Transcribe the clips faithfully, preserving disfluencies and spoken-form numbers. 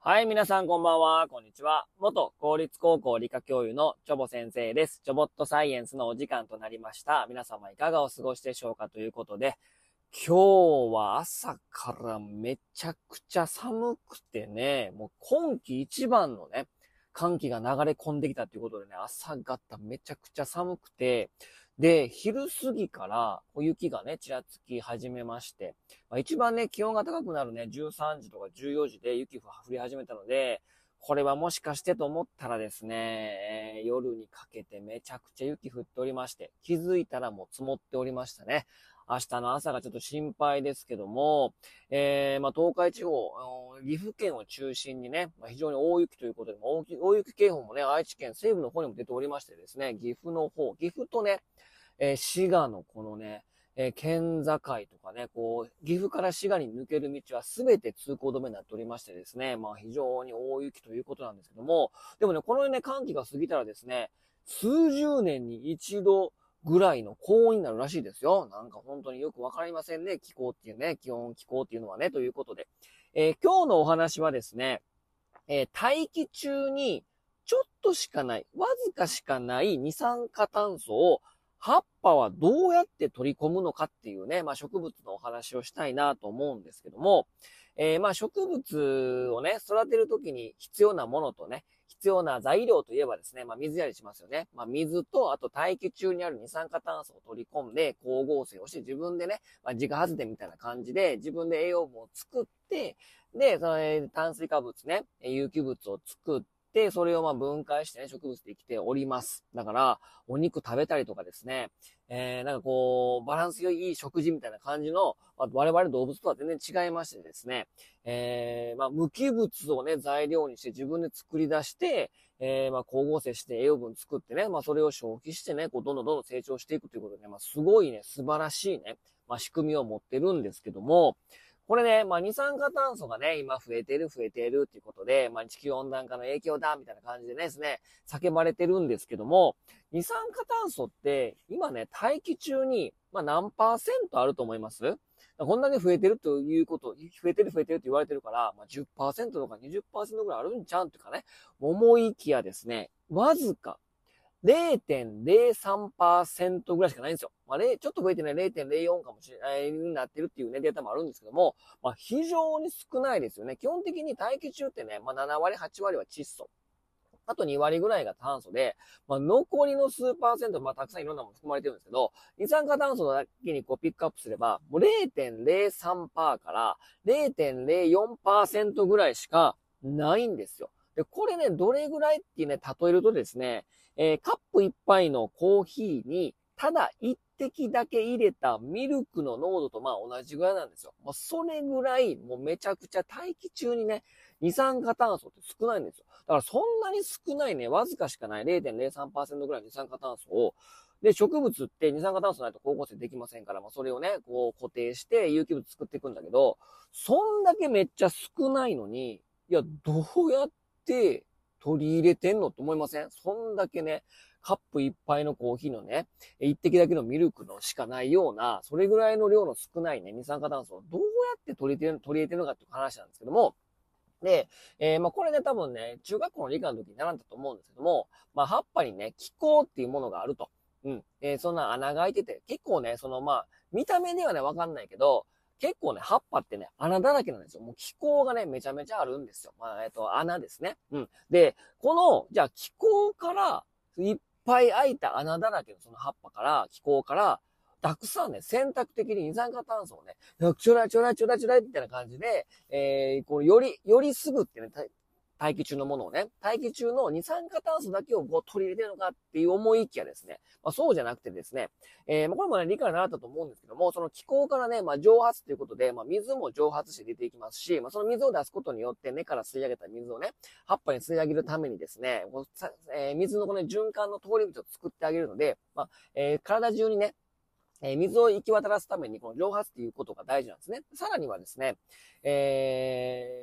はい、皆さんこんばんは、こんにちは。元公立高校理科教諭のチョボ先生です。チョボットサイエンスのお時間となりました。皆様いかがお過ごしでしょうかということで、今日は朝からめちゃくちゃ寒くてね、もう今季一番のね、寒気が流れ込んできたということでね、朝方めちゃくちゃ寒くて、で、昼過ぎから雪がね、ちらつき始めまして、まあ、一番ね、気温が高くなるね、じゅうさんじとかじゅうよじで雪降り始めたので、これはもしかしてと思ったらですね、えー夜にかけてめちゃくちゃ雪降っておりまして、気づいたらもう積もっておりましたね。明日の朝がちょっと心配ですけども、えー、まあ、東海地方、岐阜県を中心にね、まあ、非常に大雪ということで、大雪、大雪警報もね、愛知県西部の方にも出ておりましてですね、岐阜の方、岐阜とね、えー滋賀のこのね、えー県境とかね、こう、岐阜から滋賀に抜ける道はすべて通行止めになっておりましてですね、まあ非常に大雪ということなんですけども、でもね、このね、寒気が過ぎたらですね、数十年に一度ぐらいの高温になるらしいですよ。なんか本当によくわかりませんね、気候っていうね、気温、気候っていうのはね、ということで。えー今日のお話はですね、えー大気中にちょっとしかない、わずかしかない二酸化炭素を葉っぱはどうやって取り込むのかっていうね、まあ植物のお話をしたいなと思うんですけども、えーまあ植物をね、育てるときに必要なものとね、必要な材料といえばですね、まあ水やりしますよね。まあ水と、あと大気中にある二酸化炭素を取り込んで光合成をして自分でね、まあ自家発電みたいな感じで自分で栄養分を作って、で、そのえー炭水化物ね、有機物を作って、それをまあ分解してね、植物で生きております。だから、お肉食べたりとかですね、えー、なんかこう、バランスがいい食事みたいな感じの、まあ、我々動物とは全然違いましてですね、えー、まあ、無機物をね、材料にして自分で作り出して、えー、まあ、光合成して栄養分作ってね、まあ、それを消費してね、こう、どんどんどんどん成長していくということでね、まあ、すごいね、素晴らしいね、まあ、仕組みを持ってるんですけども、これね、まあ、二酸化炭素がね、今増えてる増えてるっていうことで、まあ、地球温暖化の影響だ、みたいな感じでですね、叫ばれてるんですけども、二酸化炭素って、今ね、大気中に、まあ、何パーセントあると思います？こんだけ増えてるということ、増えてる増えてるって言われてるから、まあ、じゅっパーセントとかにじゅっパーセントぐらいあるんちゃうんっていうかね、思いきやですね、わずか、れいてんれいさんパーセント ぐらいしかないんですよ。まあ、ちょっと増えてね、れいてんれいよんかもしれない、になってるっていうね、データもあるんですけども、まあ、非常に少ないですよね。基本的に大気中ってね、まあ、ななわり、はちわりは窒素。あとにわりぐらいが炭素で、まあ、残りの数パーセント、まあ、たくさんいろんなもの含まれてるんですけど、二酸化炭素だけにこうピックアップすれば、もう れいてんれいさんパーセント から れいてんれいよんパーセント ぐらいしかないんですよ。で、これね、どれぐらいっていうね、例えるとですね、えーカップ一杯のコーヒーに、ただ一滴だけ入れたミルクの濃度とまあ同じぐらいなんですよ。もうそれぐらい、もうめちゃくちゃ大気中にね、二酸化炭素って少ないんですよ。だからそんなに少ないね、わずかしかない れいてんれいさんパーセント ぐらいの二酸化炭素を、で、植物って二酸化炭素ないと光合成できませんから、まあそれをね、こう固定して有機物作っていくんだけど、そんだけめっちゃ少ないのに、いや、どうやって取り入れてんのって思いません？そんだけね、カップ一杯のコーヒーのね、一滴だけのミルクのしかないような、それぐらいの量の少ないね、二酸化炭素をどうやって取り入れて取り入れてるのかっていう話なんですけども、で、えー、まあこれね、多分ね、中学校の理科の時に習ったと思うんですけども、まあ葉っぱにね、気孔っていうものがあると。うん。えー、そんな穴が開いてて、結構ね、そのまあ、見た目ではね、わかんないけど、結構ね、葉っぱってね、穴だらけなんですよ。もう気孔がね、めちゃめちゃあるんですよ。まあ、えっと、穴ですね。うん。で、この、じゃあ気孔から、いっぱい開いた穴だらけのその葉っぱから、気孔から、たくさんね、選択的に二酸化炭素をね、ちょらいちょらいちょらいちょらいみたいな感じで、えー、こう、より、よりすぐってね、大気中のものをね、大気中の二酸化炭素だけをこう取り入れてるのかっていう思いきやですね、まあそうじゃなくてですね、えー、まあこれもね、理解に習ったと思うんですけども、その気候からね、まあ蒸発ということで、まあ水も蒸発して出ていきますし、まあその水を出すことによって根から吸い上げた水をね、葉っぱに吸い上げるためにですね、こうえー、水のこの循環の通り道を作ってあげるので、まあ、えー、体中にね、えー、水を行き渡らすためにこの蒸発っていうことが大事なんですね。さらにはですね、えー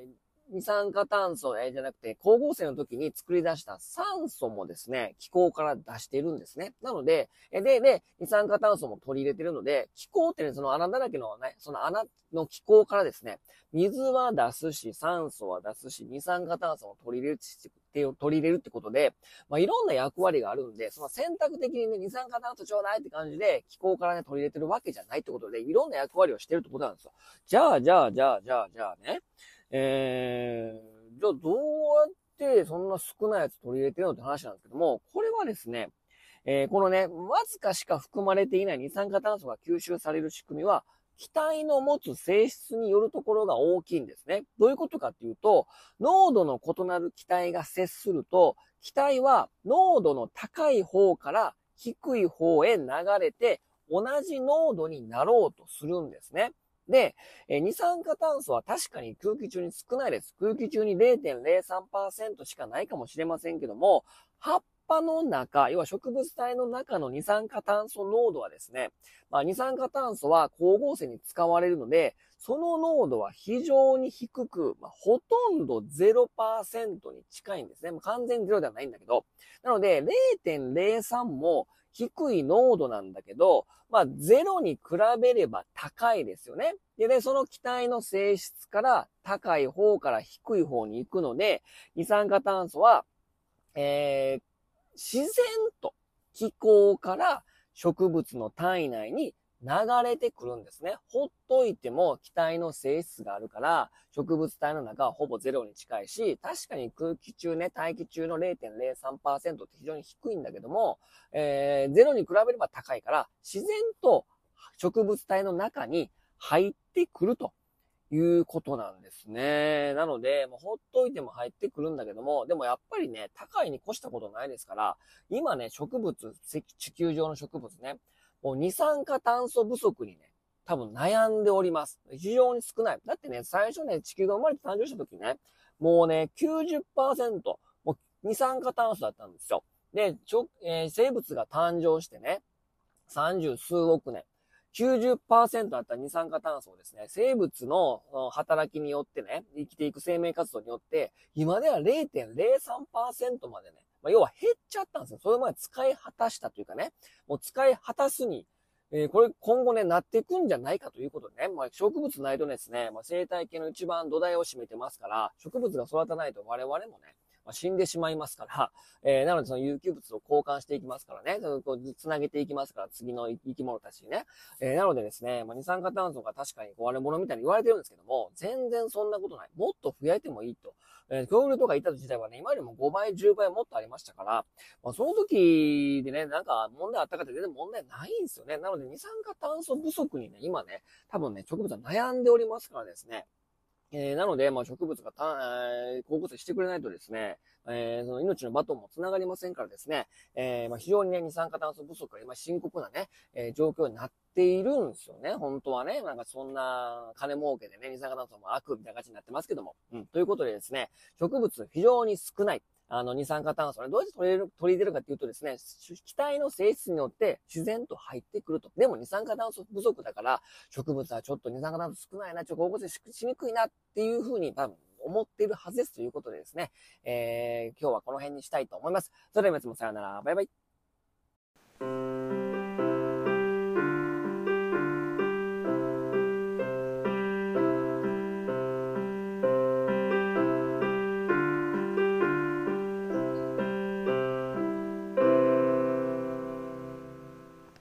二酸化炭素、えー、じゃなくて、光合成の時に作り出した酸素もですね、気候から出しているんですね。なので、えで、で、二酸化炭素も取り入れているので、気候ってね、その穴だらけのね、その穴の気候からですね、水は出すし、酸素は出すし、二酸化炭素も取り入れるって取り入れるってことで、まあ、いろんな役割があるんで、その選択的にね、二酸化炭素ちょうだいって感じで、気候からね、取り入れてるわけじゃないってことで、いろんな役割をしてるってことなんですよ。じゃあ、じゃあ、じゃあ、じゃあ、じゃあね、えー、じゃあどうやってそんな少ないやつ取り入れてるのって話なんですけども、これはですね、えー、このね、わずかしか含まれていない二酸化炭素が吸収される仕組みは、気体の持つ性質によるところが大きいんですね。どういうことかっていうと、濃度の異なる気体が接すると、気体は濃度の高い方から低い方へ流れて、同じ濃度になろうとするんですね。で、え二酸化炭素は確かに空気中に少ないです。空気中に れいてんれいさんパーセント しかないかもしれませんけども、葉っぱの中、要は植物体の中の二酸化炭素濃度はですね、まあ、二酸化炭素は光合成に使われるので、その濃度は非常に低く、まあ、ほとんど ゼロパーセント に近いんですね。まあ、完全ゼロではないんだけど。なので、れいてんれいさん も低い濃度なんだけど、まあ、ゼロに比べれば高いですよね。でね、その気体の性質から高い方から低い方に行くので、二酸化炭素は、えー、自然と気候から植物の体内に流れてくるんですね。ほっといても気体の性質があるから、植物体の中はほぼゼロに近いし、確かに空気中ね、大気中の れいてんれいさんパーセント って非常に低いんだけども、えー、ゼロに比べれば高いから、自然と植物体の中に入ってくるということなんですね。なので、もうほっといても入ってくるんだけども、でもやっぱりね、高いに越したことないですから、今ね、植物、地球上の植物ね、もう二酸化炭素不足にね、多分悩んでおります。非常に少ない。だってね、最初ね、地球が生まれて誕生した時ね、もうね、きゅうじゅっパーセント、もう二酸化炭素だったんですよ。で、ちょえー、生物が誕生してね、三十数億年。きゅうじゅっパーセント あった二酸化炭素をですね、生物の働きによってね、生きていく生命活動によって、今では れいてんれいさんパーセント までね、まあ、要は減っちゃったんですよ。それまで使い果たしたというかね、もう使い果たすに、えー、これ今後ね、なっていくんじゃないかということでね、まあ、植物ないとですね、まあ、生態系の一番土台を占めてますから、植物が育たないと我々もね、まあ、死んでしまいますから、えー、なのでその有機物を交換していきますからね、こうつなげていきますから、次の生き物たちにね。えー、なのでですね、まあ、二酸化炭素が確かに壊れ物みたいに言われてるんですけども、全然そんなことない。もっと増えてもいいと。えー、恐竜とかいた時代はね、今よりもごばい、じゅうばいもっとありましたから、まあ、その時でね、なんか問題あったかって全然問題ないんですよね。なので二酸化炭素不足にね、今ね、多分ね、植物は悩んでおりますからですね。えー、なので、まあ、植物がた、えー、光合成してくれないとですね、えー、その命のバトンも繋がりませんからですね、えー、まあ、非常にね、二酸化炭素不足が今深刻なね、えー、状況になっているんですよね。本当はね、なんかそんな金儲けでね、二酸化炭素も悪みたいな感じになってますけども。うん。ということでですね、植物非常に少ない。あの、二酸化炭素ね、どうやって取り入れる、取り入れるかっていうとですね、気体の性質によって自然と入ってくると。でも二酸化炭素不足だから、植物はちょっと二酸化炭素少ないな、ちょっと光合成ししにくいなっていうふうに多分思っているはずですということでですね、えー、今日はこの辺にしたいと思います。それでは皆さんもさようなら。バイバイ。